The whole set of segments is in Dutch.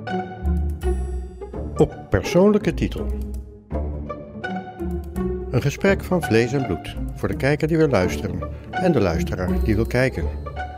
Op persoonlijke titel. Een gesprek van vlees en bloed voor de kijker die wil luisteren en de luisteraar die wil kijken.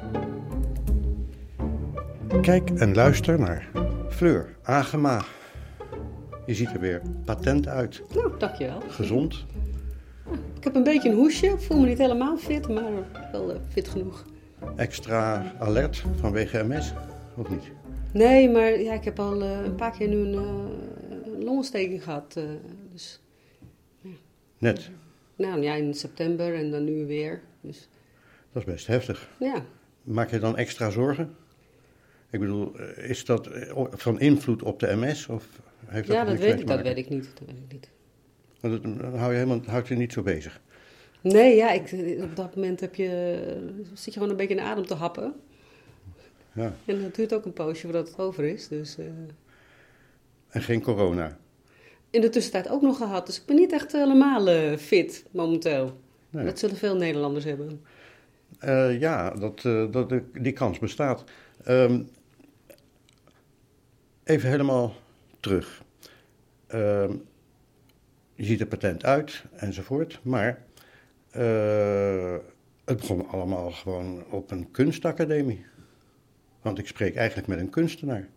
Kijk en luister naar Fleur Agema. Je ziet er weer patent uit. Nou, dankjewel. Gezond. Ik heb een beetje een hoesje. Ik voel me niet helemaal fit, maar wel fit genoeg. Extra alert vanwege MS, of niet? Nee, maar ja, ik heb al een paar keer nu een longontsteking gehad. Dus, ja. Net. Nou ja, in september en dan nu weer. Dus, Dat is best heftig. ja. Maak je dan extra zorgen? Ik bedoel, is dat van invloed op de MS? Of heeft dat Ja, niks dat mee weet te ik, maken? dat weet ik niet. Want dan houd je niet zo bezig. Nee, ja, op dat moment zit je gewoon een beetje in de adem te happen. Ja. En dat duurt ook een poosje voordat het over is. Dus, En geen corona. in de tussentijd ook nog gehad. Dus ik ben niet echt helemaal fit momenteel. Nee. Dat zullen veel Nederlanders hebben. Ja, die kans bestaat. Even helemaal terug. Je ziet er patent uit enzovoort, maar het begon allemaal gewoon op een kunstacademie. Want ik spreek eigenlijk met een kunstenaar.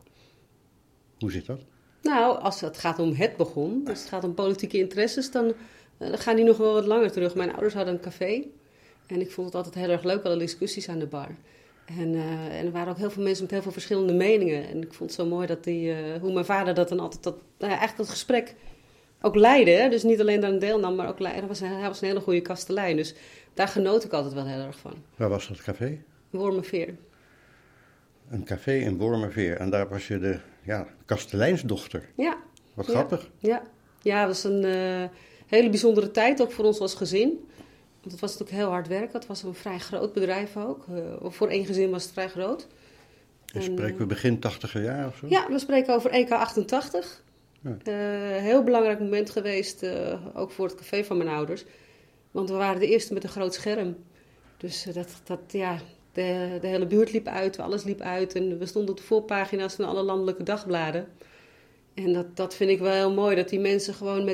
Hoe zit dat? Nou, als het gaat om het begon, als het gaat om politieke interesses, dan gaan die nog wel wat langer terug. Mijn ouders hadden een café en ik vond het altijd heel erg leuk, alle discussies aan de bar. En er waren ook heel veel mensen met heel veel verschillende meningen. En ik vond het zo mooi dat hoe mijn vader dat dan altijd, eigenlijk dat gesprek ook leidde. Hè? Dus niet alleen aan deelnam, maar ook leidde. Hij was een hele goede kastelein, dus daar genoot ik altijd wel heel erg van. Waar was dat café? Wormerveer. Een café in Wormerveer. En daar was je de kasteleinsdochter. Ja. Wat grappig. Ja, het was een hele bijzondere tijd, ook voor ons als gezin. Want het was natuurlijk heel hard werken. Het was een vrij groot bedrijf ook. Voor één gezin was het vrij groot. En spreken we begin 80er jaar of zo? Ja, we spreken over EK 88. Ja. Heel belangrijk moment geweest, ook voor het café van mijn ouders. Want we waren de eerste met een groot scherm. Dus de hele buurt liep uit, alles liep uit. En we stonden op de voorpagina's van alle landelijke dagbladen. En dat vind ik wel heel mooi, dat die mensen gewoon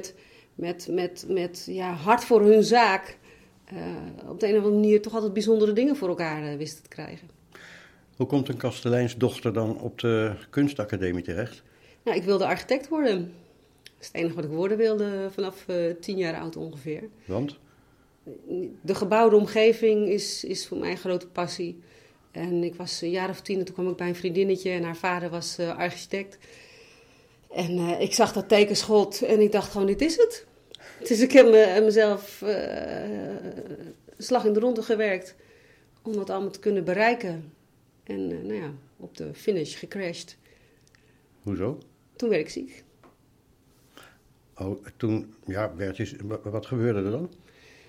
met hart voor hun zaak op de een of andere manier toch altijd bijzondere dingen voor elkaar wisten te krijgen. Hoe komt een kasteleinsdochter dan op de kunstacademie terecht? Nou, ik wilde architect worden. Dat is het enige wat ik worden wilde vanaf 10 jaar oud ongeveer. Want? De gebouwde omgeving is voor mij een grote passie. En ik was een jaar of 10 en toen kwam ik bij een vriendinnetje en haar vader was architect. En ik zag dat tekenschot en ik dacht gewoon, dit is het. Dus ik heb mezelf een slag in de ronde gewerkt om dat allemaal te kunnen bereiken. En op de finish gecrashed. Hoezo? Toen werd ik ziek. Oh, toen, wat gebeurde er dan?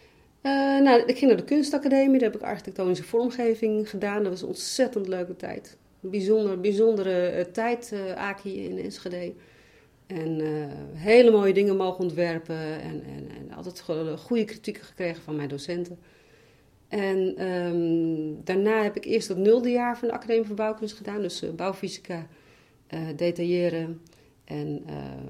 Ik ging naar de kunstacademie, daar heb ik architectonische vormgeving gedaan. Dat was een ontzettend leuke tijd. Een bijzondere tijd, Aki in Enschede. En hele mooie dingen mogen ontwerpen en altijd goede kritieken gekregen van mijn docenten. En daarna heb ik eerst het 0e jaar van de Academie voor Bouwkunst gedaan. Dus bouwfysica, detailleren en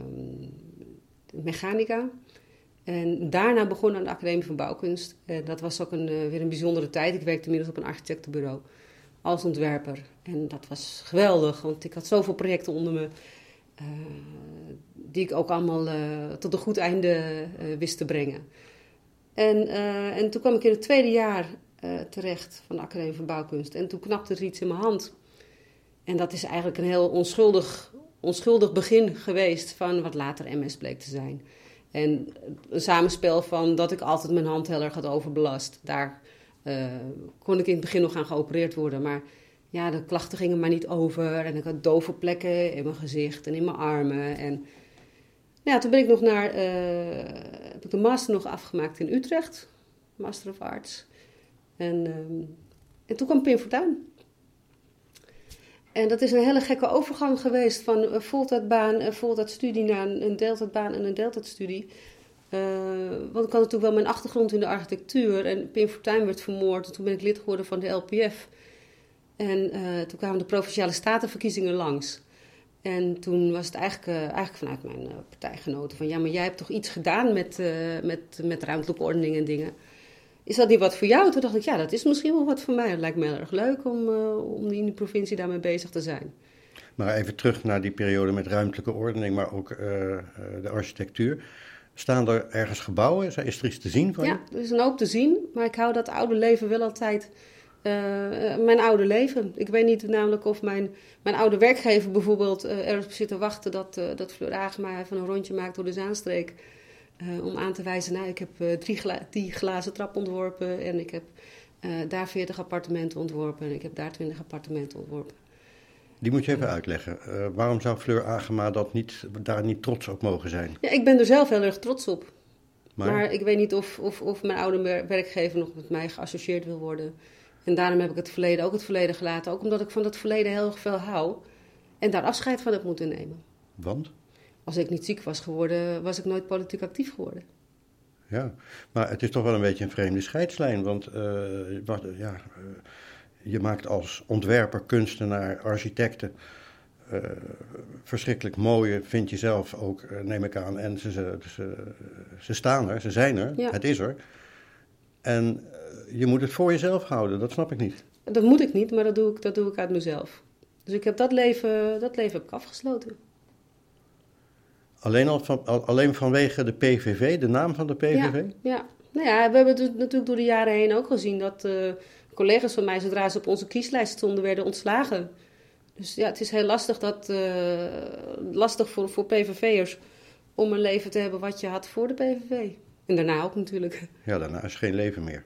mechanica. En daarna begon aan de Academie van Bouwkunst. Dat was ook weer een bijzondere tijd. Ik werkte inmiddels op een architectenbureau als ontwerper. En dat was geweldig, want ik had zoveel projecten onder me. Die ik ook allemaal tot een goed einde wist te brengen. En toen kwam ik in het 2e jaar terecht van de Academie van Bouwkunst. En toen knapte er iets in mijn hand. En dat is eigenlijk een heel onschuldig begin geweest van wat later MS bleek te zijn. En een samenspel van dat ik altijd mijn hand heel erg had overbelast. Daar kon ik in het begin nog aan geopereerd worden. Maar ja, de klachten gingen maar niet over. En ik had dove plekken in mijn gezicht en in mijn armen. En ja, toen ben ik nog heb ik de master nog afgemaakt in Utrecht. Master of Arts. En toen kwam Pim Fortuyn. En dat is een hele gekke overgang geweest van een voltijdbaan, een voltijdstudie naar een deeltijdbaan en een deeltijdstudie. Want ik had natuurlijk wel mijn achtergrond in de architectuur en Pim Fortuyn werd vermoord. En toen ben ik lid geworden van de LPF. En toen kwamen de Provinciale Statenverkiezingen langs. En toen was het eigenlijk vanuit mijn partijgenoten van... ja, maar jij hebt toch iets gedaan met ruimtelijke ordening en dingen. Is dat niet wat voor jou? Toen dacht ik, ja, dat is misschien wel wat voor mij. Het lijkt me heel erg leuk om in de provincie daarmee bezig te zijn. Maar even terug naar die periode met ruimtelijke ordening, maar ook de architectuur. Staan er ergens gebouwen? Is er iets te zien van je? Ja, er is een hoop te zien, maar ik hou dat oude leven wel altijd... mijn oude leven. Ik weet niet namelijk of mijn oude werkgever bijvoorbeeld ergens zit te wachten dat Fleur Agema even een rondje maakt door de Zaanstreek. Om aan te wijzen, nou, ik heb 10 glazen trap ontworpen en ik heb daar 40 appartementen ontworpen en ik heb daar 20 appartementen ontworpen. Die moet je even uitleggen. Waarom zou Fleur Agema daar niet trots op mogen zijn? Ja, ik ben er zelf heel erg trots op. Maar ik weet niet of mijn oude werkgever nog met mij geassocieerd wil worden. En daarom heb ik het verleden gelaten. Ook omdat ik van dat verleden heel erg veel hou. En daar afscheid van heb moeten nemen. Want? Als ik niet ziek was geworden, was ik nooit politiek actief geworden. Ja, maar het is toch wel een beetje een vreemde scheidslijn. Want je maakt als ontwerper, kunstenaar, architecten... verschrikkelijk mooie, vind je zelf ook, neem ik aan. En ze staan er, ze zijn er, ja. Het is er. En je moet het voor jezelf houden, dat snap ik niet. Dat moet ik niet, maar dat doe ik uit mezelf. Dus ik heb dat leven heb ik afgesloten. Alleen vanwege de PVV, de naam van de PVV? Ja. Nou ja, we hebben het natuurlijk door de jaren heen ook gezien dat collega's van mij, zodra ze op onze kieslijst stonden, werden ontslagen. Dus ja, het is heel lastig voor PVV'ers om een leven te hebben wat je had voor de PVV. En daarna ook natuurlijk. Ja, daarna is geen leven meer.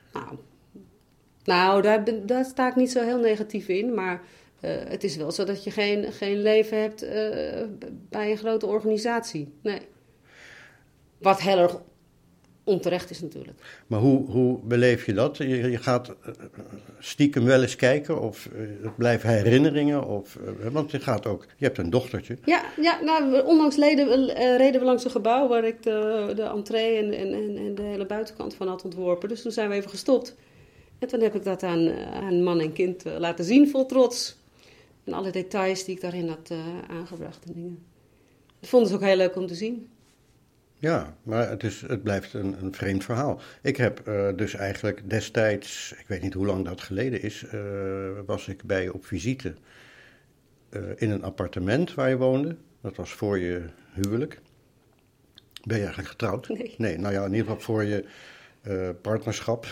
Nou, daar sta ik niet zo heel negatief in. Maar het is wel zo dat je geen leven hebt bij een grote organisatie. Nee. Wat heel erg onterecht is natuurlijk. Maar hoe beleef je dat? Je gaat stiekem wel eens kijken of het blijven herinneringen? Want je hebt een dochtertje. Ja, nou, onlangs reden we langs een gebouw waar ik de entree en de hele buitenkant van had ontworpen. Dus toen zijn we even gestopt. En toen heb ik dat aan man en kind laten zien, vol trots. En alle details die ik daarin had aangebracht en dingen. Dat vonden ze ook heel leuk om te zien. Ja, maar het blijft een vreemd verhaal. Ik heb dus eigenlijk destijds, ik weet niet hoe lang dat geleden is, was ik bij je op visite in een appartement waar je woonde. Dat was voor je huwelijk. Ben je eigenlijk getrouwd? Nee, nou ja, in ieder geval voor je partnerschap.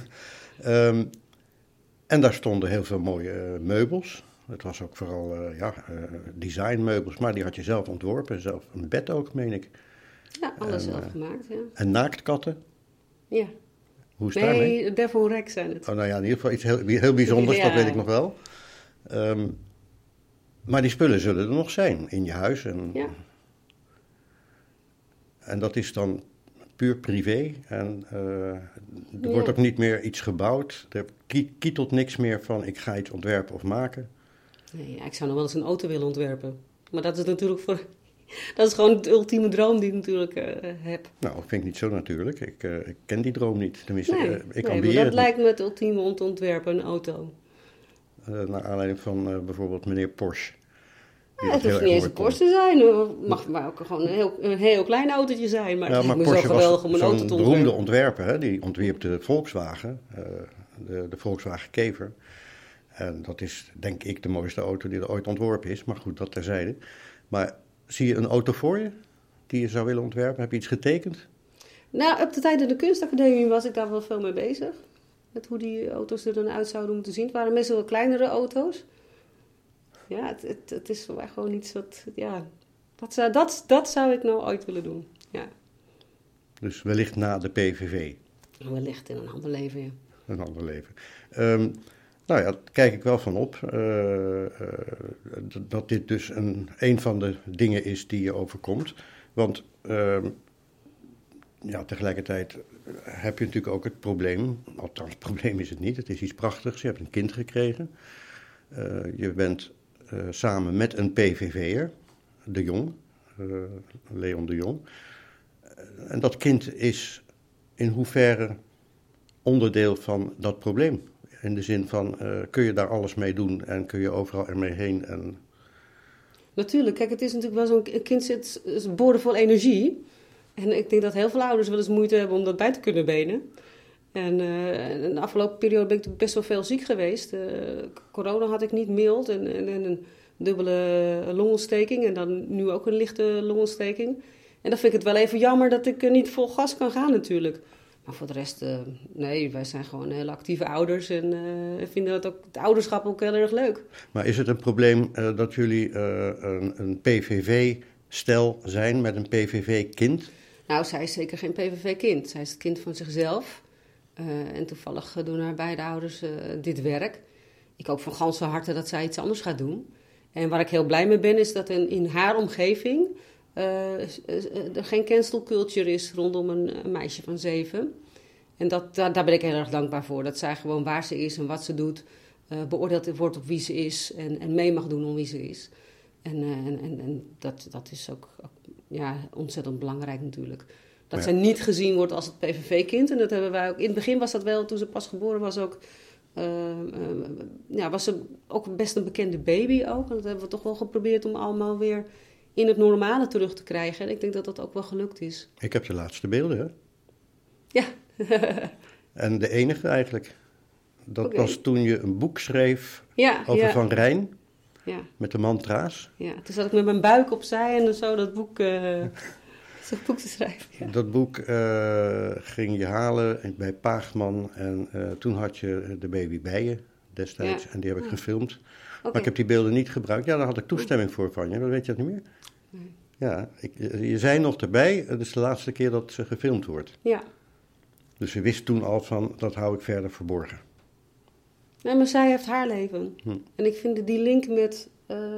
En daar stonden heel veel mooie meubels. Het was ook vooral designmeubels, maar die had je zelf ontworpen. Zelf een bed ook, meen ik. Ja, alles zelf gemaakt, ja. En naaktkatten? Ja. Hoe is het daarmee? Nee, Devon Rex zijn het. Oh, nou ja, in ieder geval iets heel bijzonders, dat weet ik nog wel. Maar die spullen zullen er nog zijn in je huis. En dat is dan puur privé. En er wordt ook niet meer iets gebouwd. Er kietelt niks meer van ik ga iets ontwerpen of maken. Nee, ik zou nog wel eens een auto willen ontwerpen. Maar dat is natuurlijk dat is gewoon de ultieme droom die ik natuurlijk heb. Nou, dat vind ik niet zo natuurlijk. Ik ken die droom niet. Tenminste, ik ambieer het. Dat lijkt me het ultieme om te ontwerpen, een auto. Naar aanleiding van bijvoorbeeld meneer Porsche. Het hoeft niet eens een Porsche te zijn. Het mag maar ook gewoon een heel klein autootje zijn. Maar het lijkt me zo geweldig om een auto te ontwerpen. Zo'n beroemde ontwerper, hè, die ontwierp de Volkswagen, de Volkswagen Kever. En dat is, denk ik, de mooiste auto die er ooit ontworpen is. Maar goed, dat terzijde. Maar zie je een auto voor je die je zou willen ontwerpen? Heb je iets getekend? Nou, op de tijd in de kunstacademie was ik daar wel veel mee bezig. Met hoe die auto's er dan uit zouden moeten zien. Het waren meestal wel kleinere auto's. Ja, het is voor mij gewoon iets wat... Ja, dat zou ik nou ooit willen doen, ja. Dus wellicht na de PVV? Wellicht in een ander leven, ja. Een ander leven. Nou ja, daar kijk ik wel van op. Dat dit dus een van de dingen is die je overkomt. Want tegelijkertijd heb je natuurlijk ook het probleem... Althans, het probleem is het niet. Het is iets prachtigs. Je hebt een kind gekregen. Je bent samen met een PVV'er, de Jong, Leon de Jong. En dat kind is in hoeverre onderdeel van dat probleem? In de zin van, kun je daar alles mee doen en kun je overal ermee heen? natuurlijk. Kijk, het is natuurlijk wel een kind is boordevol energie. En ik denk dat heel veel ouders wel eens moeite hebben om dat bij te kunnen benen. En in de afgelopen periode ben ik natuurlijk best wel veel ziek geweest. Corona had ik niet mild en een dubbele longontsteking. En dan nu ook een lichte longontsteking. En dan vind ik het wel even jammer dat ik niet vol gas kan gaan natuurlijk. Maar voor de rest, nee, wij zijn gewoon hele actieve ouders. En vinden het ouderschap ook heel erg leuk. Maar is het een probleem dat jullie een PVV-stel zijn met een PVV-kind? Nou, zij is zeker geen PVV-kind. Zij is het kind van zichzelf. En toevallig doen haar beide ouders dit werk. Ik hoop van ganse harte dat zij iets anders gaat doen. En waar ik heel blij mee ben, is dat in haar omgeving er geen cancel culture is rondom een meisje van 7. En daar ben ik heel erg dankbaar voor. Dat zij gewoon waar ze is en wat ze doet, beoordeeld wordt op wie ze is en mee mag doen om wie ze is. En dat is ook ja, ontzettend belangrijk natuurlijk. Dat zij niet gezien wordt als het PVV-kind. En dat hebben wij ook. In het begin was dat wel, toen ze pas geboren was ook. Was ze ook best een bekende baby ook. En dat hebben we toch wel geprobeerd om allemaal weer in het normale terug te krijgen. En ik denk dat dat ook wel gelukt is. Ik heb de laatste beelden, hè? Ja. En de enige eigenlijk. Dat was toen je een boek schreef over Van Rijn. Ja. Met de mantra's. Ja, toen zat ik met mijn buik opzij en zo dat boek... zo'n boek te schrijven. Ja. Dat boek ging je halen bij Paagman en toen had je de baby bij je destijds en die heb ik gefilmd. Okay. Maar ik heb die beelden niet gebruikt. Ja, daar had ik toestemming voor van je, dan weet je dat niet meer. Nee. Ja, je zei nog erbij, het is de laatste keer dat ze gefilmd wordt. Ja. Dus je wist toen al van, dat hou ik verder verborgen. Nee, maar zij heeft haar leven. En ik vind die link met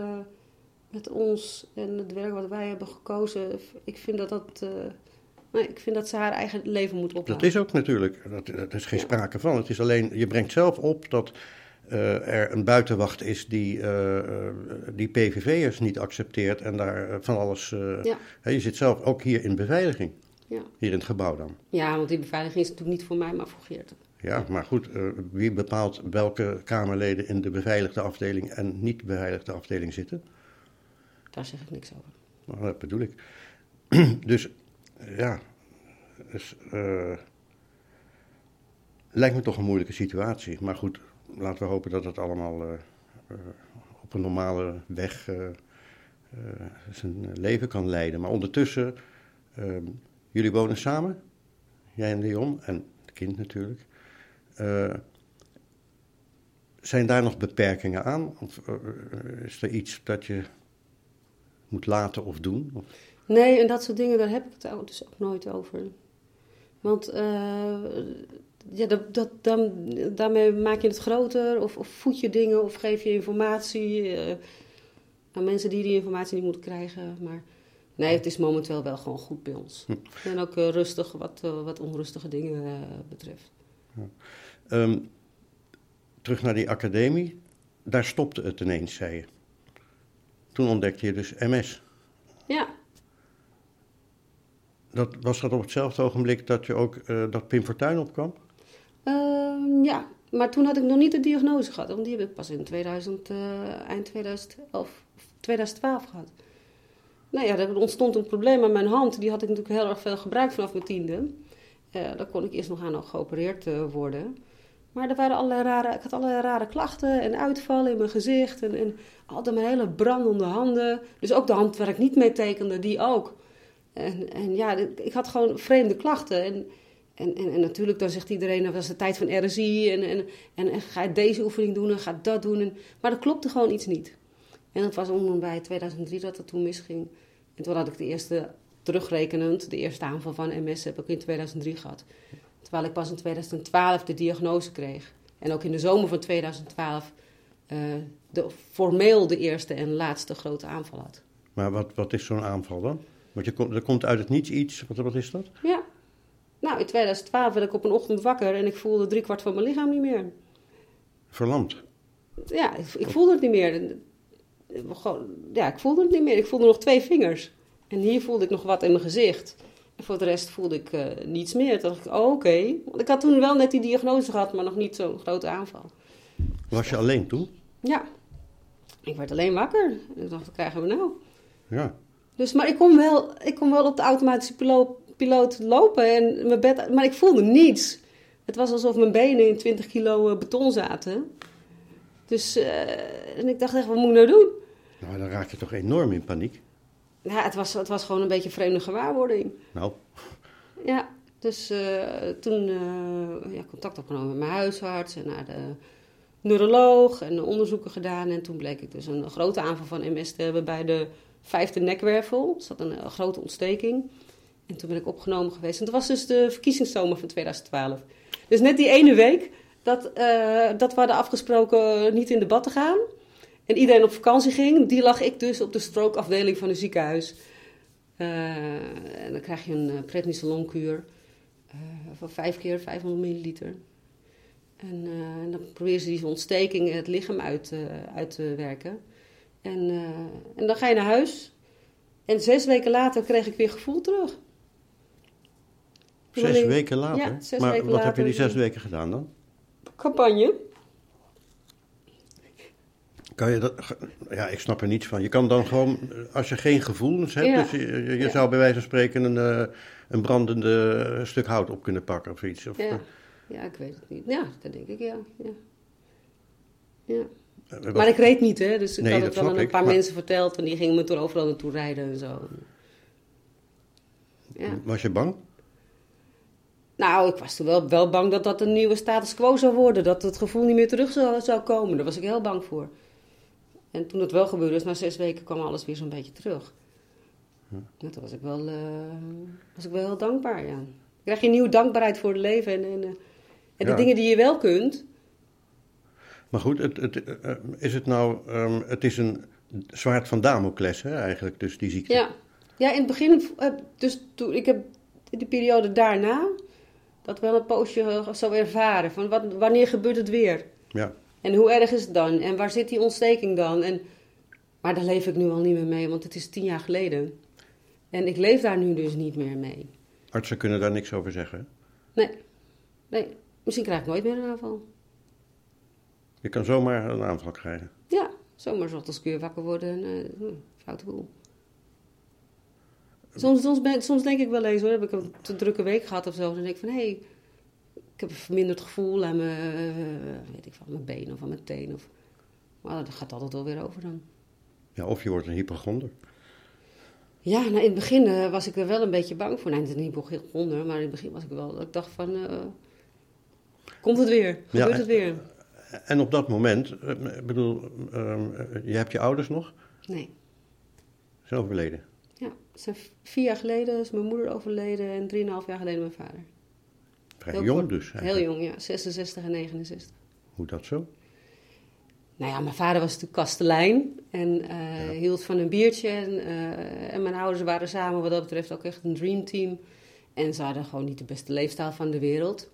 ons en het werk wat wij hebben gekozen, ik vind dat ze haar eigen leven moet opbouwen. Dat is ook natuurlijk, dat is geen sprake van. Het is alleen, je brengt zelf op dat er een buitenwacht is die PVV'ers niet accepteert en daar van alles... Je zit zelf ook hier in beveiliging, hier in het gebouw dan. Ja, want die beveiliging is natuurlijk niet voor mij, maar voor Geert. Ja, maar goed, wie bepaalt welke Kamerleden in de beveiligde afdeling en niet beveiligde afdeling zitten? Daar zeg ik niks over. Nou, dat bedoel ik. Dus, ja, lijkt me toch een moeilijke situatie. Maar goed, laten we hopen dat het allemaal op een normale weg zijn leven kan leiden. Maar ondertussen, jullie wonen samen, jij en Leon, en het kind natuurlijk. Zijn daar nog beperkingen aan? Of is er iets dat je moet laten of doen? Of? Nee, en dat soort dingen, daar heb ik het dus ook nooit over. Want daarmee maak je het groter of voed je dingen of geef je informatie aan mensen die informatie niet moeten krijgen. Maar nee, het is momenteel wel gewoon goed bij ons. En ook rustig wat onrustige dingen betreft. Ja. Terug naar die academie, daar stopte het ineens, zei je. Toen ontdekte je dus MS. Ja. Was dat op hetzelfde ogenblik dat je ook dat Pim Fortuyn opkwam? Ja, maar toen had ik nog niet de diagnose gehad. Want die heb ik pas in eind 2011, 2012 gehad. Nou ja, er ontstond een probleem aan mijn hand. Die had ik natuurlijk heel erg veel gebruikt vanaf mijn 10e. Daar kon ik eerst nog aan geopereerd worden. Maar er waren ik had allerlei rare klachten en uitvallen in mijn gezicht. En altijd mijn hele brandende handen. Dus ook de hand waar ik niet mee tekende, die ook. En ja, ik had gewoon vreemde klachten. En natuurlijk, dan zegt iedereen, dat was de tijd van RSI. En ga je deze oefening doen en ga dat doen. Maar dat klopte gewoon iets niet. En dat was bij 2003 dat het toen misging. En toen had ik terugrekenend, de eerste aanval van MS heb ik in 2003 gehad. Terwijl ik pas in 2012 de diagnose kreeg. En ook in de zomer van 2012 formeel de eerste en laatste grote aanval had. Maar wat is zo'n aanval dan? Want er komt uit het niets iets. Wat is dat? Ja. Nou, in 2012 werd ik op een ochtend wakker en ik voelde 3/4 van mijn lichaam niet meer. Verlamd? Ja, ik voelde het niet meer. Ja, ik voelde het niet meer. Ik voelde nog 2 vingers. En hier voelde ik nog wat in mijn gezicht. En voor de rest voelde ik niets meer. Toen dacht ik, oké. Want ik had toen wel net die diagnose gehad, maar nog niet zo'n grote aanval. Was je alleen toen? Ja. Ik werd alleen wakker. En ik dacht, wat krijgen we nou? Ja. Dus, maar ik kon wel op de automatische piloot lopen en mijn bed, maar ik voelde niets. Het was alsof mijn benen in 20 kilo beton zaten. Dus, en ik dacht echt, wat moet ik nou doen? Nou, dan raak je toch enorm in paniek. Ja, het was gewoon een beetje een vreemde gewaarwording. Nou, Ja, dus toen contact opgenomen met mijn huisarts en naar de neuroloog en onderzoeken gedaan. En toen bleek ik dus een grote aanval van MS te hebben bij de 5e nekwervel. Er zat een grote ontsteking. En toen ben ik opgenomen geweest. En dat was dus de verkiezingszomer van 2012. Dus net die ene week dat we hadden afgesproken niet in debat te gaan. En iedereen op vakantie ging, die lag ik dus op de strokeafdeling van een ziekenhuis. En dan krijg je een prednisolonkuur van 5 keer 500 milliliter. En dan proberen ze die ontsteking het lichaam uit te werken. En dan ga je naar huis. En 6 weken later kreeg ik weer gevoel terug. 6 weken later? Ja, 6 maar weken wat later, heb je die 6 weken gedaan dan? Campagne. Kan je dat... Ja, ik snap er niets van. Je kan dan gewoon, als je geen gevoelens hebt... Ja. Dus je zou bij wijze van spreken een brandende stuk hout op kunnen pakken of iets. Of, Ja, ik weet het niet. Ja, dat denk ik, ja. Ja. was- Maar ik reed niet, hè. Dus ik Nee, had dat het wel aan snap een paar ik, maar- mensen verteld. En die gingen me toen overal naartoe rijden en zo. Ja. Was je bang? Nou, ik was toen wel bang dat dat een nieuwe status quo zou worden. Dat het gevoel niet meer terug zou komen. Daar was ik heel bang voor. En toen het wel gebeurde, dus na 6 weken kwam alles weer zo'n beetje terug. Ja, toen was ik wel heel dankbaar, ja. Dan krijg je een nieuwe dankbaarheid voor het leven en de Ja. dingen die je wel kunt. Maar goed, het is een zwaard van Damocles, hè, eigenlijk, dus die ziekte. Ja, in het begin, dus toen, ik heb in de periode daarna dat wel een poosje zo ervaren. Van wanneer gebeurt het weer? Ja. En hoe erg is het dan? En waar zit die ontsteking dan? Maar daar leef ik nu al niet meer mee, want het is 10 jaar geleden. En ik leef daar nu dus niet meer mee. Artsen kunnen daar niks over zeggen. Hè? Nee. Misschien krijg ik nooit meer een aanval. Je kan zomaar een aanval krijgen. Ja, zomaar 's ochtends kun je wakker worden en foute boel. Soms denk ik wel eens hoor, heb ik een te drukke week gehad of zo. Dan denk ik van, hé, ik heb een verminderd gevoel aan mijn been of aan mijn teen. Maar dat gaat altijd wel weer over dan. Ja, of je wordt een hypochonder. Ja, nou, in het begin was ik er wel een beetje bang voor. Nee, het is niet hypochonder, maar in het begin was ik wel... Ik dacht van, komt het weer? Gebeurt het weer? En op dat moment, ik bedoel, je hebt je ouders nog? Nee. Zijn overleden. Ja, het zijn 4 jaar geleden is mijn moeder overleden en 3,5 jaar geleden mijn vader. Vrij Heel jong kort. dus. Heel Eigenlijk. jong, ja. 66 en 69. Hoe dat zo? Nou ja, mijn vader was natuurlijk kastelein en hield van een biertje. En mijn ouders waren samen wat dat betreft ook echt een dreamteam. En ze hadden gewoon niet de beste leefstijl van de wereld.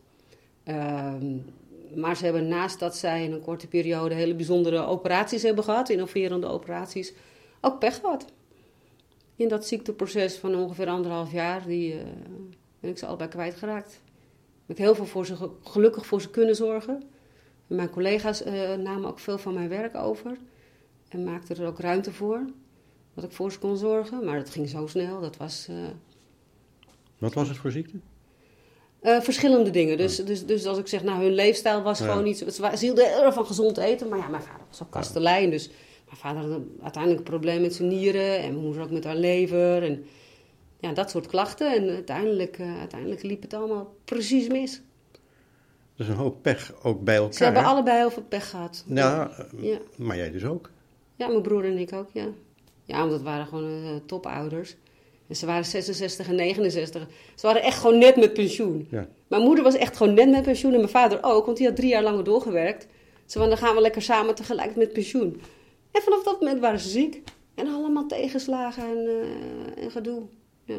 Maar ze hebben naast dat zij in een korte periode hele bijzondere operaties hebben gehad, innoverende operaties, ook pech gehad. In dat ziekteproces van ongeveer 1,5 jaar, ben ik ze allebei kwijtgeraakt. Ik heb heel veel gelukkig voor ze kunnen zorgen. En mijn collega's namen ook veel van mijn werk over. En maakten er ook ruimte voor. Dat ik voor ze kon zorgen. Maar dat ging zo snel. Dat was... Wat was het voor ziekte? Verschillende dingen. Dus als ik zeg, nou, hun leefstijl was gewoon niet... Ze hielden heel erg van gezond eten. Maar ja, mijn vader was ook kastelein. Dus mijn vader had uiteindelijk een probleem met zijn nieren. En mijn moeder ook met haar lever. En ja, dat soort klachten. En uiteindelijk liep het allemaal precies mis. Dat is een hoop pech ook bij elkaar. Ze hebben allebei heel veel pech gehad. Ja, Ja. Maar jij dus ook. Ja, mijn broer en ik ook, ja. Ja, want dat waren gewoon topouders. En ze waren 66 en 69. Ze waren echt gewoon net met pensioen. Ja. Mijn moeder was echt gewoon net met pensioen en mijn vader ook, want die had 3 jaar langer doorgewerkt. Ze van, dan gaan we lekker samen tegelijk met pensioen. En vanaf dat moment waren ze ziek. En allemaal tegenslagen en gedoe. Ja.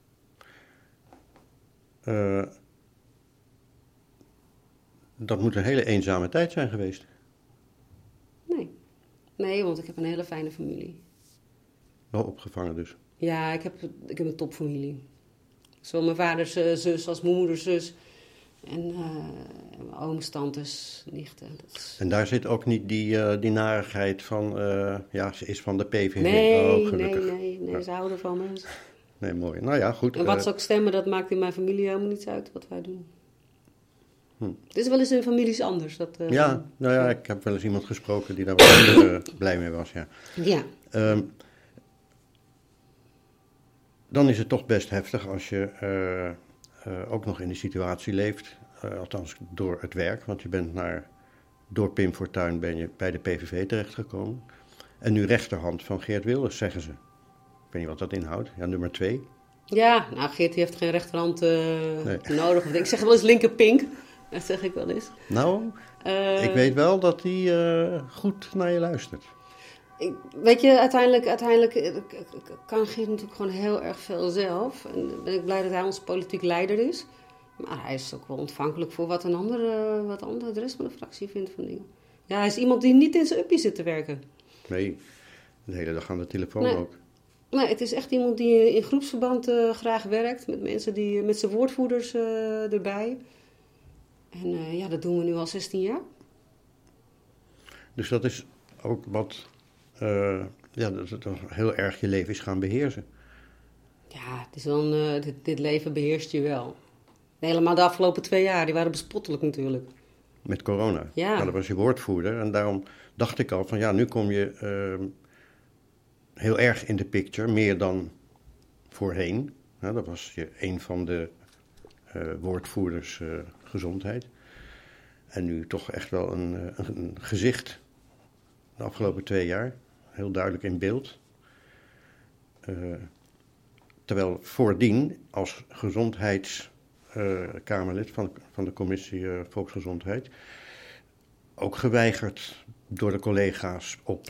Dat moet een hele eenzame tijd zijn geweest. Nee, want ik heb een hele fijne familie. Wel opgevangen dus. Ja, ik heb een topfamilie. Zowel mijn vaders zus als mijn moeders zus. En ooms, tantes, nichten. En daar zit ook niet die narigheid van, ze is van de PVV. Nee, gelukkig. nee, ze houden van me. Nee, mooi. Nou ja, goed. En wat ze ook stemmen, dat maakt in mijn familie helemaal niets uit wat wij doen. Het is wel eens in families anders. Ik heb wel eens iemand gesproken die daar wel minder blij mee was, ja. Ja. Dan is het toch best heftig als je ook nog in die situatie leeft. Althans door het werk, want je bent door Pim Fortuyn ben je bij de PVV terechtgekomen. En nu rechterhand van Geert Wilders, zeggen ze. Ik weet niet wat dat inhoudt. Ja, nummer 2. Ja, nou Geert die heeft geen rechterhand nodig. Ik zeg wel eens linkerpink. Dat zeg ik wel eens. Nou, ik weet wel dat hij goed naar je luistert. Weet je, uiteindelijk kan Geert natuurlijk gewoon heel erg veel zelf. En ben ik blij dat hij onze politiek leider is. Maar hij is ook wel ontvankelijk voor wat de rest van de fractie vindt van dingen. Ja, hij is iemand die niet in zijn uppie zit te werken. Nee, de hele dag aan de telefoon Nee. ook. Nee, het is echt iemand die in groepsverband graag werkt. Met mensen die met zijn woordvoerders erbij. En dat doen we nu al 16 jaar. Dus dat is ook wat dat het heel erg je leven is gaan beheersen. Ja, het is wel dit leven beheerst je wel. Helemaal de afgelopen 2 jaar, die waren bespottelijk natuurlijk. Met corona. Ja. Dat was je woordvoerder. En daarom dacht ik al van nu kom je heel erg in de picture. Meer dan voorheen. Dat was je een van de woordvoerders gezondheid. En nu toch echt wel een gezicht de afgelopen 2 jaar. Heel duidelijk in beeld. Terwijl voordien als gezondheidskamerlid van de commissie Volksgezondheid ook geweigerd door de collega's op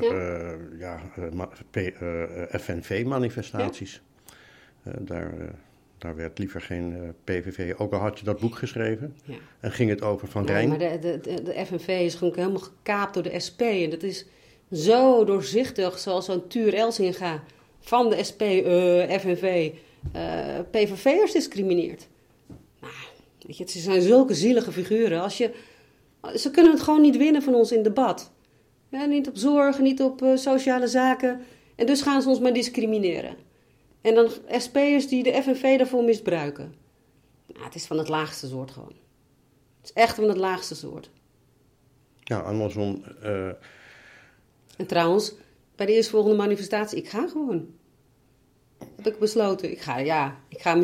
FNV-manifestaties. Ja. Daar werd liever geen PVV, ook al had je dat boek geschreven. Ja. En ging het over Van Rijn. Maar de FNV is gewoon helemaal gekaapt door de SP. En dat is zo doorzichtig, zoals zo'n Tuur Elsinga van de SP, FNV, PVV'ers discrimineert. Nou, weet je, het zijn zulke zielige figuren. Ze kunnen het gewoon niet winnen van ons in debat. Ja, niet op zorg, niet op sociale zaken. En dus gaan ze ons maar discrimineren. En dan SP'ers die de FNV daarvoor misbruiken. Nou, het is van het laagste soort gewoon. Het is echt van het laagste soort. Ja, Amazon. En trouwens, bij de eerstvolgende manifestatie, ik ga gewoon. Heb ik besloten. Ik ga me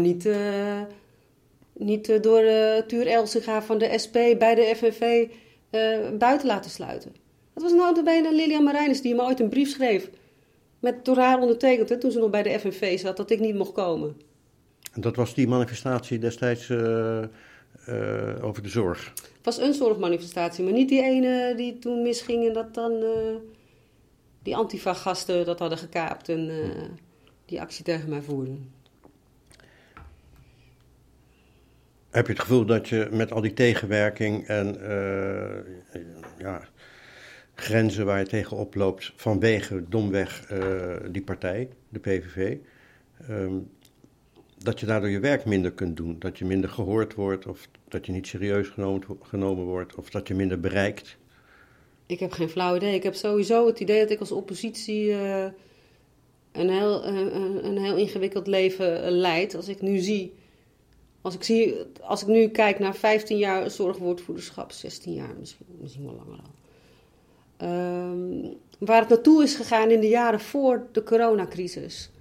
niet door Tuur Elsinga van de SP bij de FNV buiten laten sluiten. Dat was notabene Lilian Marijnis die me ooit een brief schreef. Door haar ondertekend, toen ze nog bij de FNV zat, dat ik niet mocht komen. En dat was die manifestatie destijds over de zorg? Het was een zorgmanifestatie, maar niet die ene die toen misging en dat dan die Antifa-gasten dat hadden gekaapt en die actie tegen mij voerden. Heb je het gevoel dat je met al die tegenwerking en grenzen waar je tegen oploopt vanwege domweg die partij, de PVV, dat je daardoor je werk minder kunt doen? Dat je minder gehoord wordt of dat je niet serieus genomen wordt of dat je minder bereikt? Ik heb geen flauw idee. Ik heb sowieso het idee dat ik als oppositie een heel ingewikkeld leven leid. Als ik nu kijk naar 15 jaar zorgwoordvoerderschap, 16 jaar misschien wel langer al. Waar het naartoe is gegaan in de jaren voor de coronacrisis.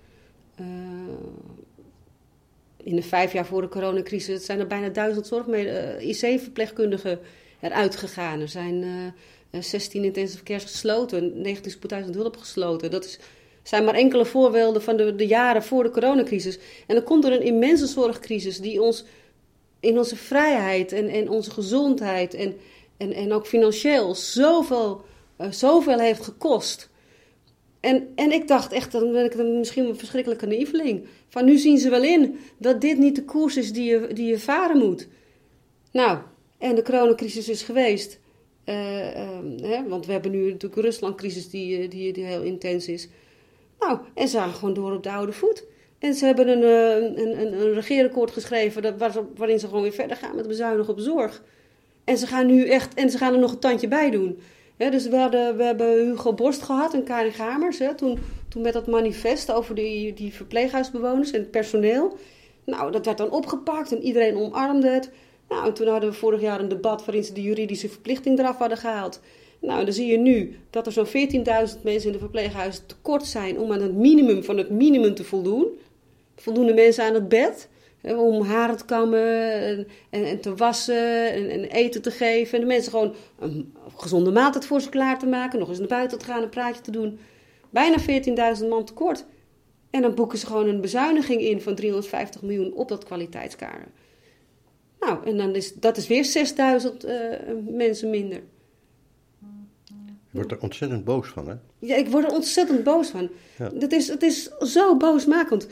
In de 5 jaar voor de coronacrisis zijn er bijna 1000 IC-verpleegkundigen eruit gegaan. Er zijn 16 intensive cares gesloten, 19 spoedeisende hulp gesloten. Dat zijn maar enkele voorbeelden van de jaren voor de coronacrisis. En dan komt er een immense zorgcrisis die ons in onze vrijheid en onze gezondheid en ook financieel zoveel heeft gekost. En ik dacht echt, dan ben ik misschien een verschrikkelijke naïveling. Van nu zien ze wel in dat dit niet de koers is die je varen moet. Nou, en de coronacrisis is geweest. Want we hebben nu natuurlijk een Ruslandcrisis die heel intens is. Nou, en ze gaan gewoon door op de oude voet. En ze hebben een regeerakkoord geschreven waarin ze gewoon weer verder gaan met bezuinigen op zorg. En ze gaan nu echt, en ze gaan er nog een tandje bij doen. Dus we hebben Hugo Borst gehad en Karin Gamers. Toen met dat manifest over die verpleeghuisbewoners en het personeel. Nou, dat werd dan opgepakt en iedereen omarmde het. Nou, en toen hadden we vorig jaar een debat waarin ze de juridische verplichting eraf hadden gehaald. Nou, dan zie je nu dat er zo'n 14.000 mensen in de verpleeghuizen tekort zijn om aan het minimum van het minimum te voldoen. Voldoende mensen aan het bed. Om haren te kammen en te wassen en eten te geven. En de mensen gewoon een gezonde maaltijd voor ze klaar te maken. Nog eens naar buiten te gaan, een praatje te doen. Bijna 14.000 man tekort. En dan boeken ze gewoon een bezuiniging in van 350 miljoen op dat kwaliteitskader. Nou, en dan dat is weer 6.000 mensen minder. Je wordt er ontzettend boos van, hè? Ja, ik word er ontzettend boos van. Ja. Het is zo boosmakend.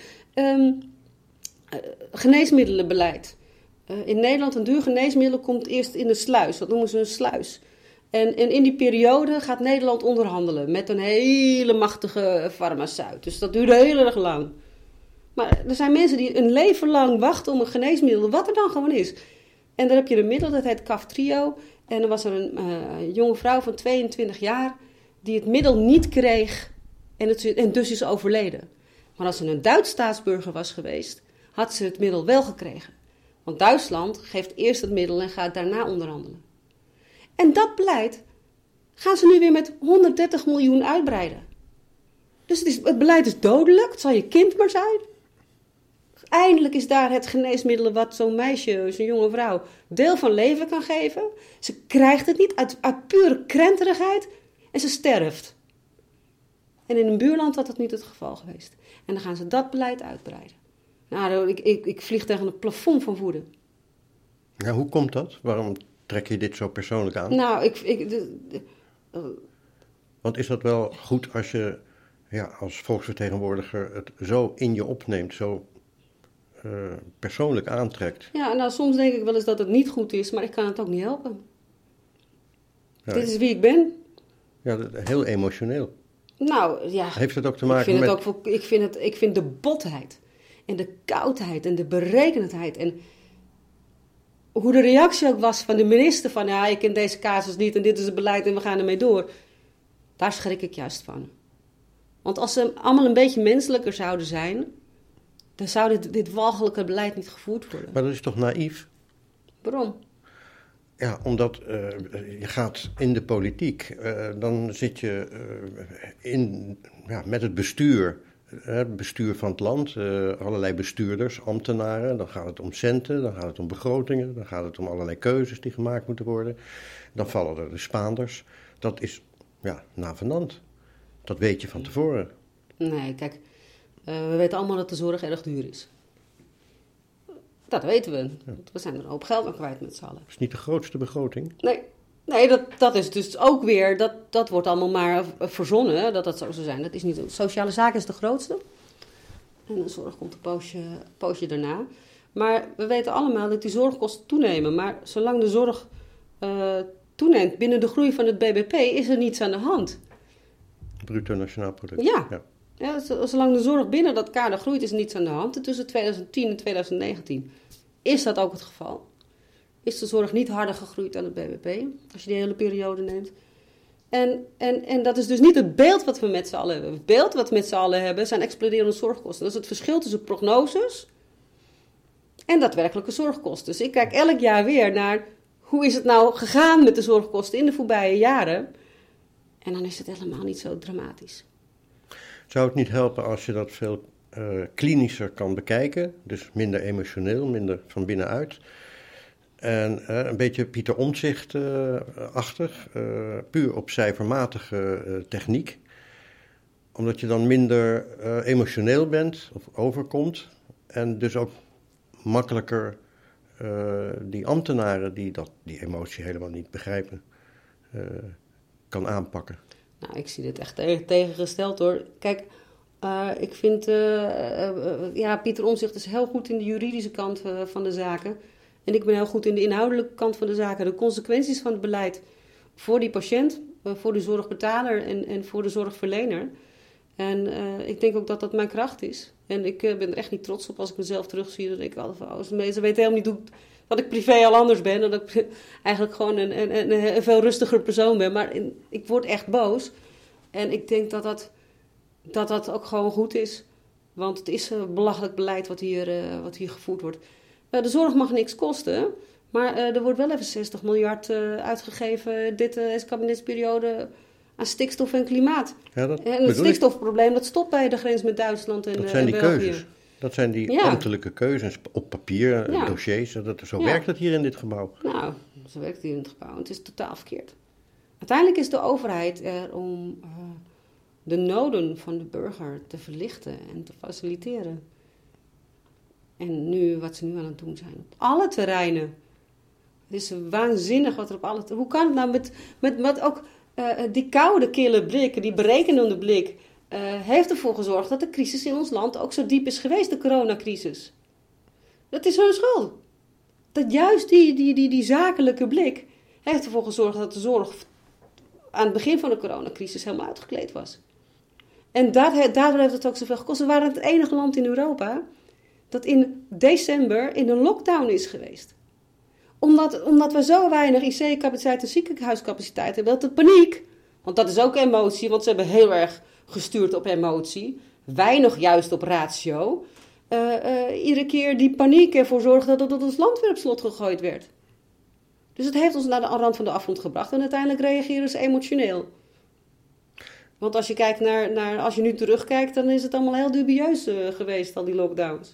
Geneesmiddelenbeleid. In Nederland een duur geneesmiddel komt eerst in de sluis. Dat noemen ze een sluis. En in die periode gaat Nederland onderhandelen met een hele machtige farmaceut. Dus dat duurde heel erg lang. Maar er zijn mensen die een leven lang wachten om een geneesmiddel, wat er dan gewoon is. En dan heb je een middel, dat heet Kaftrio. En dan was er een jonge vrouw van 22 jaar die het middel niet kreeg en dus is overleden. Maar als ze een Duits staatsburger was geweest, had ze het middel wel gekregen. Want Duitsland geeft eerst het middel en gaat daarna onderhandelen. En dat beleid gaan ze nu weer met 130 miljoen uitbreiden. Dus het beleid is dodelijk, het zal je kind maar zijn. Eindelijk is daar het geneesmiddel wat zo'n meisje, zo'n jonge vrouw, deel van leven kan geven. Ze krijgt het niet uit pure krenterigheid en ze sterft. En in een buurland had dat niet het geval geweest. En dan gaan ze dat beleid uitbreiden. Nou, ik vlieg tegen het plafond van woede. Ja, hoe komt dat? Waarom trek je dit zo persoonlijk aan? Nou, Want is dat wel goed als je als volksvertegenwoordiger het zo in je opneemt, zo persoonlijk aantrekt? Ja, nou soms denk ik wel eens dat het niet goed is, maar ik kan het ook niet helpen. Ja, dit is wie ik ben. Ja, heel emotioneel. Nou, ja. Heeft het ook te maken met... Ik vind de botheid en de koudheid en de berekenendheid en hoe de reactie ook was van de minister van ja, ik ken deze casus niet en dit is het beleid en we gaan ermee door. Daar schrik ik juist van. Want als ze allemaal een beetje menselijker zouden zijn, dan zou dit walgelijke beleid niet gevoerd worden. Maar dat is toch naïef? Waarom? Ja, omdat je gaat in de politiek, dan zit je met het bestuur van het land, allerlei bestuurders, ambtenaren. Dan gaat het om centen, dan gaat het om begrotingen, dan gaat het om allerlei keuzes die gemaakt moeten worden. Dan vallen er de Spaanders. Dat is navenant. Dat weet je van tevoren. Nee, kijk, we weten allemaal dat de zorg erg duur is. Dat weten we. Ja. We zijn er een hoop geld aan kwijt met z'n allen. Dat is niet de grootste begroting. Nee, dat is dus ook weer, dat wordt allemaal maar verzonnen, dat zo zou zijn. Dat is niet, sociale zaken is de grootste. En de zorg komt een poosje daarna. Maar we weten allemaal dat die zorgkosten toenemen. Maar zolang de zorg toeneemt binnen de groei van het BBP, is er niets aan de hand. Bruto nationaal product. Ja, zolang de zorg binnen dat kader groeit, is er niets aan de hand. En tussen 2010 en 2019 is dat ook het geval. Is de zorg niet harder gegroeid dan het BBP, als je die hele periode neemt. En dat is dus niet het beeld wat we met z'n allen hebben. Het beeld wat we met z'n allen hebben zijn exploderende zorgkosten. Dat is het verschil tussen prognoses en daadwerkelijke zorgkosten. Dus ik kijk elk jaar weer naar hoe is het nou gegaan met de zorgkosten in de voorbije jaren. En dan is het helemaal niet zo dramatisch. Zou het niet helpen als je dat veel klinischer kan bekijken? Dus minder emotioneel, minder van binnenuit. En een beetje Pieter Omtzigt-achtig, puur op cijfermatige techniek. Omdat je dan minder emotioneel bent of overkomt. En dus ook makkelijker die ambtenaren die die emotie helemaal niet begrijpen, kan aanpakken. Nou, ik zie dit echt tegengesteld hoor. Kijk, ik vind, Pieter Omtzigt is heel goed in de juridische kant van de zaken. En ik ben heel goed in de inhoudelijke kant van de zaken. De consequenties van het beleid voor die patiënt, voor de zorgbetaler en voor de zorgverlener. En ik denk ook dat dat mijn kracht is. En ik ben er echt niet trots op als ik mezelf terugzie. Dan denk ik altijd van, mensen weten helemaal niet dat ik privé al anders ben. En dat ik eigenlijk gewoon een veel rustiger persoon ben. Maar ik word echt boos. En ik denk dat ook gewoon goed is. Want het is belachelijk beleid wat hier gevoerd wordt. De zorg mag niks kosten. Maar er wordt wel even 60 miljard uitgegeven deze kabinetsperiode aan stikstof en klimaat. Ja, en het stikstofprobleem dat stopt bij de grens met Duitsland en dat zijn die België. Keuzes. Dat zijn die ambtelijke keuzes op papier, dossiers. Zo werkt het hier in dit gebouw. Nou, zo werkt het hier in het gebouw. Het is totaal verkeerd. Uiteindelijk is de overheid er om de noden van de burger te verlichten en te faciliteren. En wat ze nu aan het doen zijn. Op alle terreinen. Het is waanzinnig wat er op alle terreinen... Hoe kan het nou met wat ook... die koude, kille blik, die berekenende blik... heeft ervoor gezorgd dat de crisis in ons land ook zo diep is geweest. De coronacrisis. Dat is hun schuld. Dat juist die zakelijke blik... heeft ervoor gezorgd dat de zorg... aan het begin van de coronacrisis helemaal uitgekleed was. En daardoor heeft het ook zoveel gekost. We waren het enige land in Europa... dat in december in een lockdown is geweest. Omdat we zo weinig IC-capaciteit en ziekenhuiscapaciteit hebben. Dat de paniek, want dat is ook emotie, want ze hebben heel erg gestuurd op emotie. Weinig juist op ratio. Iedere keer die paniek ervoor zorgde dat ons land weer op slot gegooid werd. Dus het heeft ons naar de rand van de afgrond gebracht. En uiteindelijk reageren ze emotioneel. Want als je kijkt als je nu terugkijkt, dan is het allemaal heel dubieus geweest, al die lockdowns.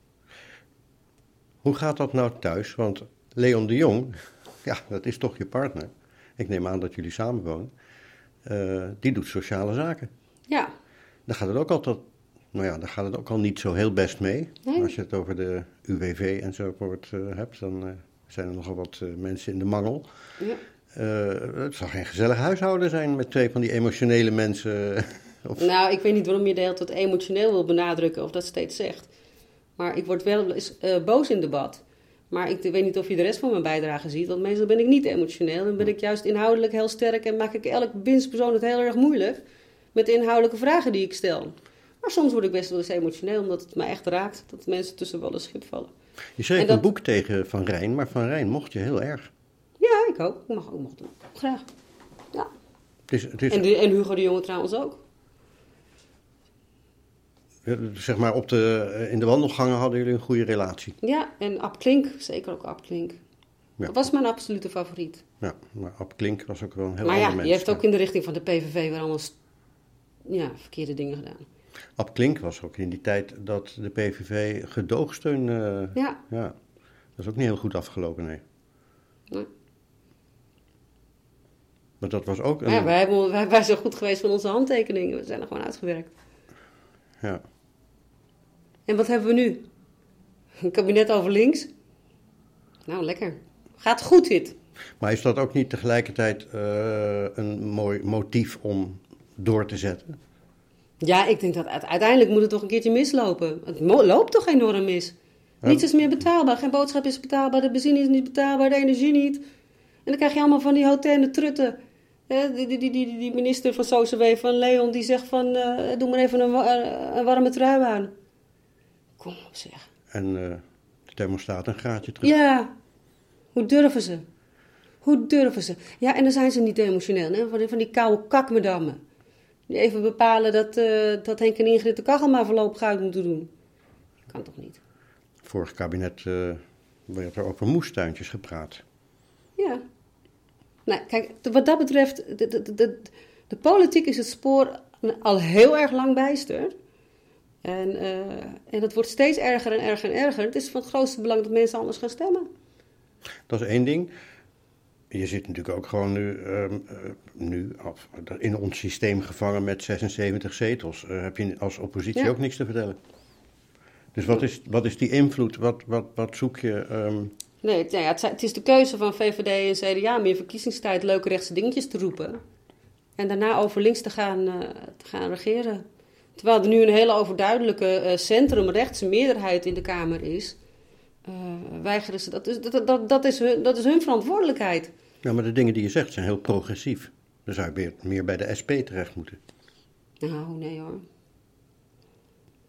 Hoe gaat dat nou thuis? Want Leon de Jong, ja, dat is toch je partner. Ik neem aan dat jullie samenwonen. Die doet sociale zaken. Ja. Dan gaat het ook al niet zo heel best mee. Nee. Als je het over de UWV enzovoort hebt, dan zijn er nogal wat mensen in de mangel. Ja. Het zal geen gezellig huishouden zijn met twee van die emotionele mensen. Nou, ik weet niet waarom je de hele tijd emotioneel wil benadrukken of dat steeds zegt. Maar ik word wel eens boos in debat. Maar ik weet niet of je de rest van mijn bijdrage ziet. Want meestal ben ik niet emotioneel. Dan ben ik juist inhoudelijk heel sterk. En maak ik elke bindspersoon het heel erg moeilijk. Met de inhoudelijke vragen die ik stel. Maar soms word ik best wel eens emotioneel. Omdat het me echt raakt. Dat mensen tussen wel een schip vallen. Je schreef een boek tegen Van Rijn. Maar Van Rijn mocht je heel erg. Ja, ik ook. Ik mag ook nog doen. Graag. Ja. En Hugo de Jonge trouwens ook. Zeg maar, in de wandelgangen hadden jullie een goede relatie. Ja, en Ab Klink, zeker ook Ab Klink. Ja. Dat was mijn absolute favoriet. Ja, maar Ab Klink was ook wel een heel ander mens. Maar ja, je heeft ook in de richting van de PVV weer allemaal verkeerde dingen gedaan. Ab Klink was ook in die tijd dat de PVV gedoogsteun... ja. Dat is ook niet heel goed afgelopen, nee. Maar dat was ook... Ja, wij zijn goed geweest van onze handtekeningen. We zijn er gewoon uitgewerkt. Ja. En wat hebben we nu? Een kabinet over links? Nou, lekker. Gaat goed dit. Maar is dat ook niet tegelijkertijd een mooi motief om door te zetten? Ja, ik denk dat uiteindelijk moet het toch een keertje mislopen. Het loopt toch enorm mis? Ja. Niets is meer betaalbaar. Geen boodschap is betaalbaar. De benzine is niet betaalbaar. De energie niet. En dan krijg je allemaal van die hotellen trutten. Die minister van SOCW, van Leon, die zegt van... doe maar even een warme trui aan. Kom op zeg. En de thermostaat een graadje terug. Ja. Hoe durven ze? Hoe durven ze? Ja, en dan zijn ze niet emotioneel. Hè? Van die koude kakmedammen. Die even bepalen dat Henk en Ingrid de kachel maar voorlopig uit moeten doen. Kan toch niet? Vorig kabinet werd er over moestuintjes gepraat. Ja. Nou, kijk, wat dat betreft, de politiek is het spoor al heel erg lang bijster. En dat wordt steeds erger en erger en erger. Het is van het grootste belang dat mensen anders gaan stemmen. Dat is één ding. Je zit natuurlijk ook gewoon nu in ons systeem gevangen met 76 zetels. Heb je als oppositie ook niks te vertellen. Dus wat is die invloed? Wat zoek je... Nee, het is de keuze van VVD en CDA om in verkiezingstijd leuke rechtse dingetjes te roepen. En daarna over links te gaan regeren. Terwijl er nu een hele overduidelijke centrumrechtse meerderheid in de Kamer is, weigeren ze dat. Dus dat is hun verantwoordelijkheid. Ja, maar de dingen die je zegt zijn heel progressief. Dan zou je meer bij de SP terecht moeten. Nou, nee hoor.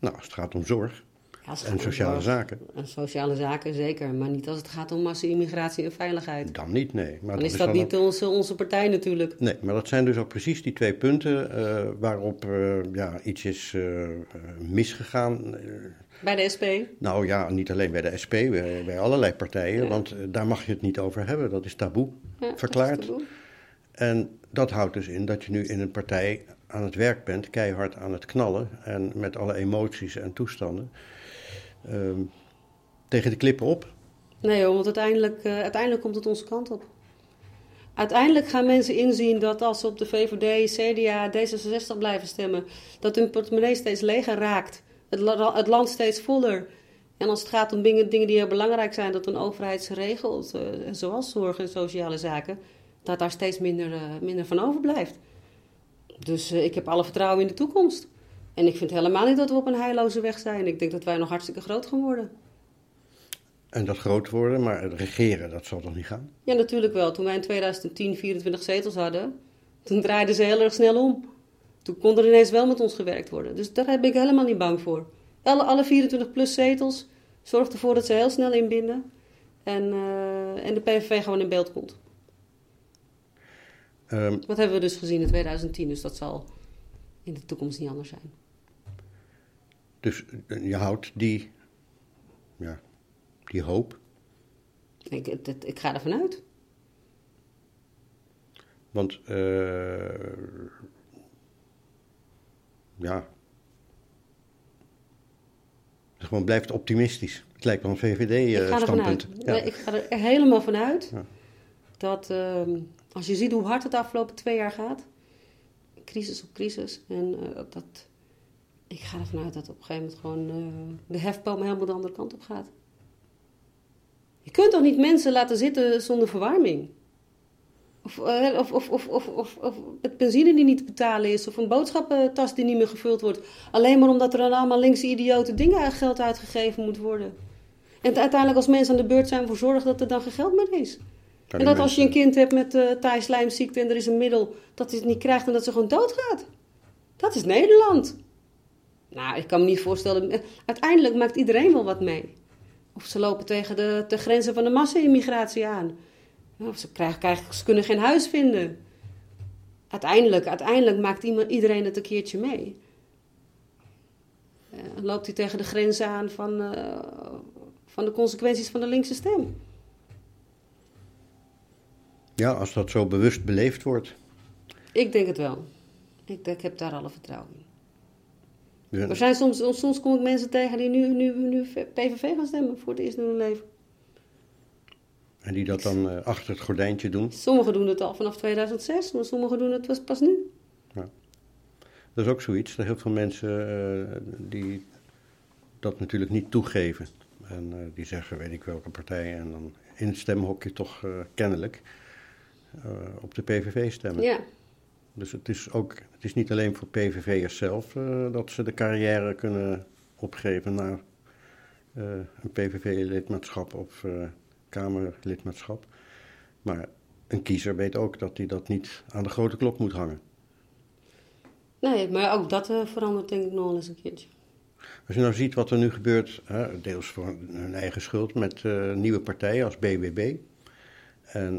Nou, als het gaat om zorg Ja, als het en gaat om sociale zorg zaken, en sociale zaken, zeker. Maar niet als het gaat om massa-immigratie en veiligheid. dan niet, nee. Maar Dan is dat niet onze partij natuurlijk. Nee, maar dat zijn dus ook precies die twee punten waarop iets is misgegaan. Bij de SP. Nou ja, niet alleen bij de SP, bij allerlei partijen, Ja. want daar mag je het niet over hebben. Dat is taboe Ja, verklaard. dat is te doen. En dat houdt dus in dat je nu in een partij aan het werk bent, keihard aan het knallen en met alle emoties en toestanden tegen de klippen op. Nee hoor, want uiteindelijk komt het onze kant op. Uiteindelijk gaan mensen inzien dat als ze op de VVD, CDA, D66 blijven stemmen, dat hun portemonnee steeds leger raakt. Het land steeds voller. En als het gaat om dingen die heel belangrijk zijn, dat een overheid ze regelt, zoals zorg en sociale zaken, dat daar steeds minder van overblijft. Dus ik heb alle vertrouwen in de toekomst. En ik vind helemaal niet dat we op een heilloze weg zijn. Ik denk dat wij nog hartstikke groot gaan worden. En dat groot worden, maar het regeren, dat zal toch niet gaan? Ja, natuurlijk wel. Toen wij in 2010 24 zetels hadden, toen draaiden ze heel erg snel om. Toen kon er ineens wel met ons gewerkt worden. Dus daar ben ik helemaal niet bang voor. Alle 24 plus zetels zorgt ervoor dat ze heel snel inbinden. En de PVV gewoon in beeld komt. Wat hebben we dus gezien in 2010, dus dat zal in de toekomst niet anders zijn. Dus je houdt die hoop. Ik ga ervan uit. Want het gewoon blijft optimistisch. Het lijkt wel een VVD-standpunt. Nee, ik ga er helemaal vanuit dat als je ziet hoe hard het de afgelopen 2 jaar gaat, crisis op crisis, en ik ga ervan uit dat op een gegeven moment gewoon de hefboom helemaal de andere kant op gaat. Je kunt toch niet mensen laten zitten zonder verwarming? Of het benzine die niet te betalen is, of een boodschappentas die niet meer gevuld wordt. Alleen maar omdat er dan allemaal linkse idiote dingen geld uitgegeven moet worden. En uiteindelijk als mensen aan de beurt zijn voor zorg, dat er dan geen geld meer is. En dat als je een kind hebt met taaislijmziekte en er is een middel dat hij het niet krijgt en dat ze gewoon doodgaat. Dat is Nederland. Nou, ik kan me niet voorstellen. Uiteindelijk maakt iedereen wel wat mee. Of ze lopen tegen de grenzen van de massa-immigratie aan. Of ze kunnen geen huis vinden. Uiteindelijk maakt iedereen het een keertje mee. Loopt hij tegen de grenzen aan van de consequenties van de linkse stem. Ja, als dat zo bewust beleefd wordt. Ik denk het wel. Ik heb daar alle vertrouwen in. Ja. Er zijn soms kom ik mensen tegen die nu PVV gaan stemmen voor het eerst in hun leven. En die dat dan achter het gordijntje doen. Sommigen doen het al vanaf 2006, maar sommigen doen het pas nu. Ja. Dat is ook zoiets. Er heel veel mensen die dat natuurlijk niet toegeven. En die zeggen, weet ik welke partij, en dan in het stemhokje toch kennelijk op de PVV stemmen. Ja. Dus het is niet alleen voor PVV'ers zelf dat ze de carrière kunnen opgeven naar een PVV-lidmaatschap of Kamerlidmaatschap. Maar een kiezer weet ook dat hij dat niet aan de grote klok moet hangen. Nee, maar ook dat verandert denk ik nog wel eens een keertje. Als je nou ziet wat er nu gebeurt, deels voor hun eigen schuld, met nieuwe partijen als BBB en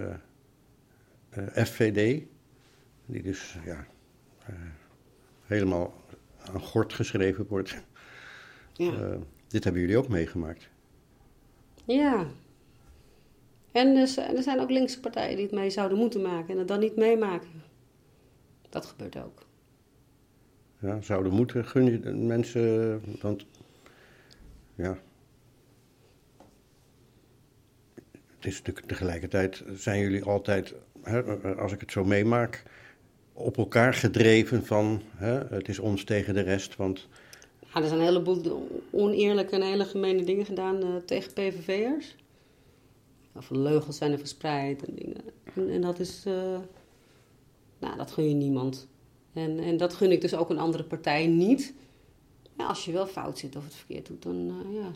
FVD, die dus helemaal aan gort geschreven wordt. Ja. Dit hebben jullie ook meegemaakt. Ja. En er zijn ook linkse partijen die het mee zouden moeten maken en het dan niet meemaken. Dat gebeurt ook. Ja, zouden moeten, gun je de mensen, want ja, het is natuurlijk tegelijkertijd, zijn jullie altijd, als ik het zo meemaak, op elkaar gedreven van, het is ons tegen de rest, want... Ja, er zijn een heleboel oneerlijke en hele gemene dingen gedaan tegen PVV'ers. Of leugens zijn er verspreid en dingen. En dat is, dat gun je niemand. En dat gun ik dus ook een andere partij niet. Ja, als je wel fout zit of het verkeerd doet, dan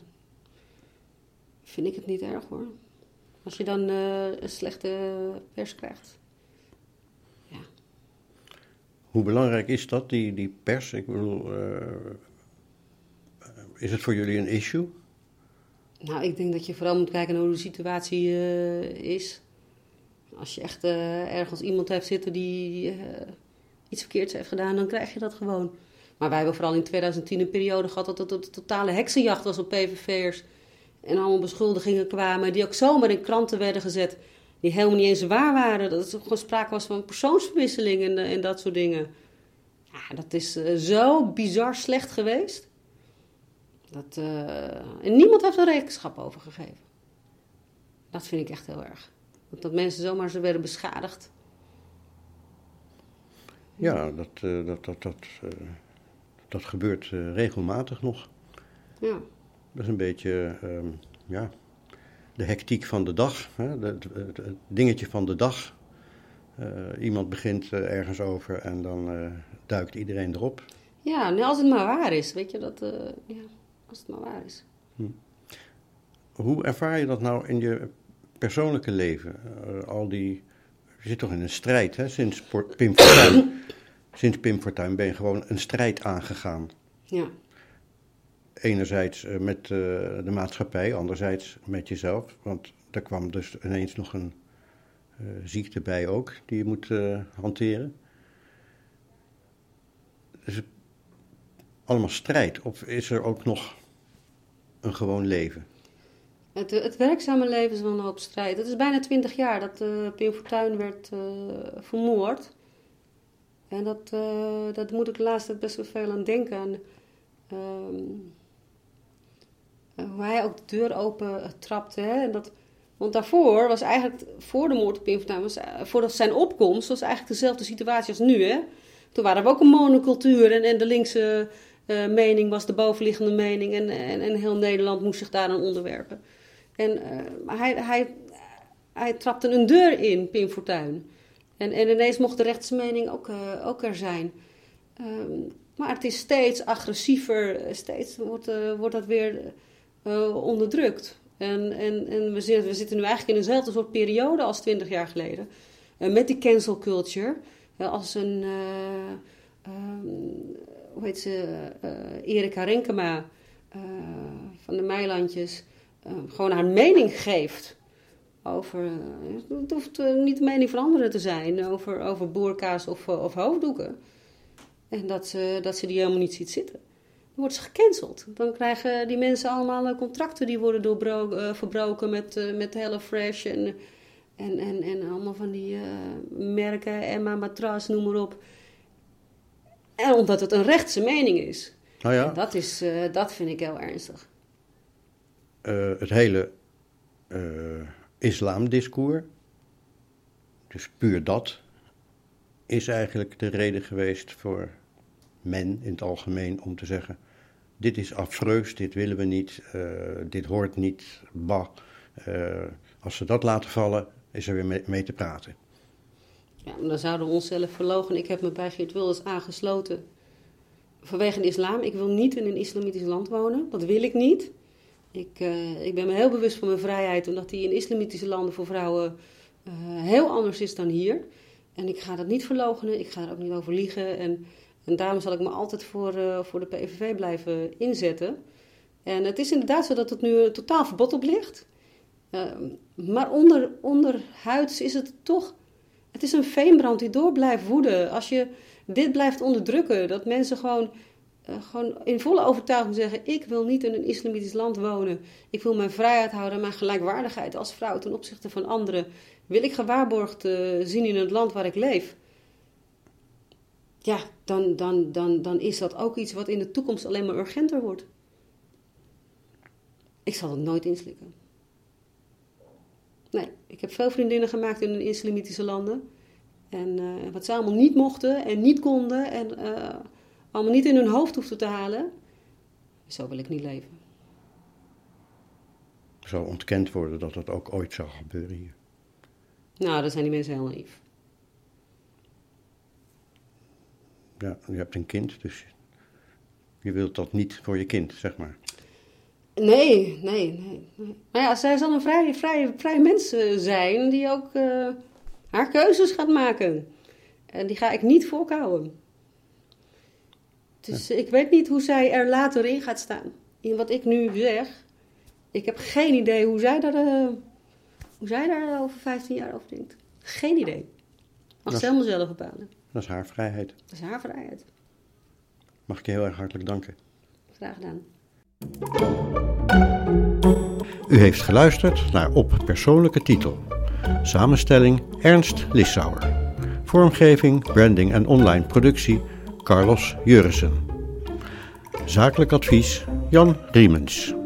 vind ik het niet erg hoor. Als je dan een slechte pers krijgt. Ja. Hoe belangrijk is dat, die pers? Ik bedoel, Is het voor jullie een issue? Nou, ik denk dat je vooral moet kijken naar hoe de situatie is. Als je echt ergens iemand hebt zitten die iets verkeerds heeft gedaan, dan krijg je dat gewoon. Maar wij hebben vooral in 2010 een periode gehad dat het een totale heksenjacht was op PVV'ers. En allemaal beschuldigingen kwamen die ook zomaar in kranten werden gezet. Die helemaal niet eens waar waren. Dat er gewoon sprake was van persoonsverwisseling en dat soort dingen. Ja, dat is zo bizar slecht geweest. En niemand heeft er rekenschap over gegeven. Dat vind ik echt heel erg. Dat mensen zomaar zo werden beschadigd. Ja, dat gebeurt regelmatig nog. Ja. Dat is een beetje de hectiek van de dag. Hè? Het dingetje van de dag. Iemand begint ergens over en dan duikt iedereen erop. Ja, nou, als het maar waar is. Weet je, als het maar waar is. Hoe ervaar je dat nou in je persoonlijke leven? Je zit toch in een strijd, hè? Sinds Pim Fortuyn. Sinds Pim Fortuyn ben je gewoon een strijd aangegaan. Ja. Enerzijds met de maatschappij, anderzijds met jezelf. Want er kwam dus ineens nog een ziekte bij ook, die je moet hanteren. Is het allemaal strijd? Of is er ook nog een gewoon leven? Het werkzame leven is wel een hoop strijd. Het is bijna 20 jaar dat Pim Fortuyn werd vermoord. En dat moet ik de laatste tijd best wel veel aan denken. Hoe hij ook de deur open trapte. Hè? Want daarvoor was eigenlijk, voor de moord op Pim Fortuyn, voordat zijn opkomst, was eigenlijk dezelfde situatie als nu. Hè? Toen waren we ook een monocultuur en de linkse mening was de bovenliggende mening. En heel Nederland moest zich daaraan onderwerpen. En hij trapte een deur in, Pim Fortuyn. En ineens mocht de rechtsmening ook er zijn. Maar het is steeds agressiever, steeds wordt dat weer onderdrukt. En we zitten nu eigenlijk in dezelfde soort periode als 20 jaar geleden. Met die cancel culture. Als een, hoe heet ze, Erika Renkema van de Meilandjes gewoon haar mening geeft. Het hoeft niet de mening van anderen te zijn over boerka's of hoofddoeken. En dat ze die helemaal niet ziet zitten. Dan wordt ze gecanceld. Dan krijgen die mensen allemaal contracten die worden verbroken met HelloFresh en allemaal van die merken, Emma Matras, noem maar op. En omdat het een rechtse mening is. Nou ja. En dat vind ik heel ernstig. Het hele islamdiscours, dus puur dat, is eigenlijk de reden geweest voor men in het algemeen om te zeggen: dit is afreus, dit willen we niet, dit hoort niet, bah. Als ze dat laten vallen, is er weer mee te praten. Ja, maar dan zouden we onszelf verloochenen. Ik heb me bij Geert Wilders aangesloten vanwege de islam. Ik wil niet in een islamitisch land wonen, dat wil ik niet. Ik ben me heel bewust van mijn vrijheid, omdat die in islamitische landen voor vrouwen heel anders is dan hier. En ik ga dat niet verloochenen, ik ga er ook niet over liegen. En daarom zal ik me altijd voor de PVV blijven inzetten. En het is inderdaad zo dat het nu een totaal verbod op ligt. Maar onderhuids is het toch... Het is een veenbrand die door blijft woeden. Als je dit blijft onderdrukken, dat mensen gewoon in volle overtuiging zeggen: ik wil niet in een islamitisch land wonen. Ik wil mijn vrijheid houden, mijn gelijkwaardigheid als vrouw ten opzichte van anderen. Wil ik gewaarborgd zien in het land waar ik leef. Ja, dan is dat ook iets wat in de toekomst alleen maar urgenter wordt. Ik zal het nooit inslikken. Nee, ik heb veel vriendinnen gemaakt in de islamitische landen. En wat ze allemaal niet mochten en niet konden en allemaal niet in hun hoofd hoefden te halen. Zo wil ik niet leven. Er zal ontkend worden dat dat ook ooit zal gebeuren hier. Nou, dan zijn die mensen heel naïef. Ja, je hebt een kind, dus je wilt dat niet voor je kind, zeg maar. Nee. Maar ja, zij zal een vrije mens zijn die ook haar keuzes gaat maken. En die ga ik niet voorkouwen. Dus ik weet niet hoe zij er later in gaat staan. in wat ik nu zeg. Ik heb geen idee hoe zij daar over 15 jaar over denkt. Geen idee. Mag ze helemaal zelf bepalen. Dat is haar vrijheid. Dat is haar vrijheid. Mag ik je heel erg hartelijk danken. Graag gedaan. U heeft geluisterd naar Op Persoonlijke Titel. Samenstelling Ernst Lissauer. Vormgeving, branding en online productie Carlos Jurissen. Zakelijk advies Jan Riemens.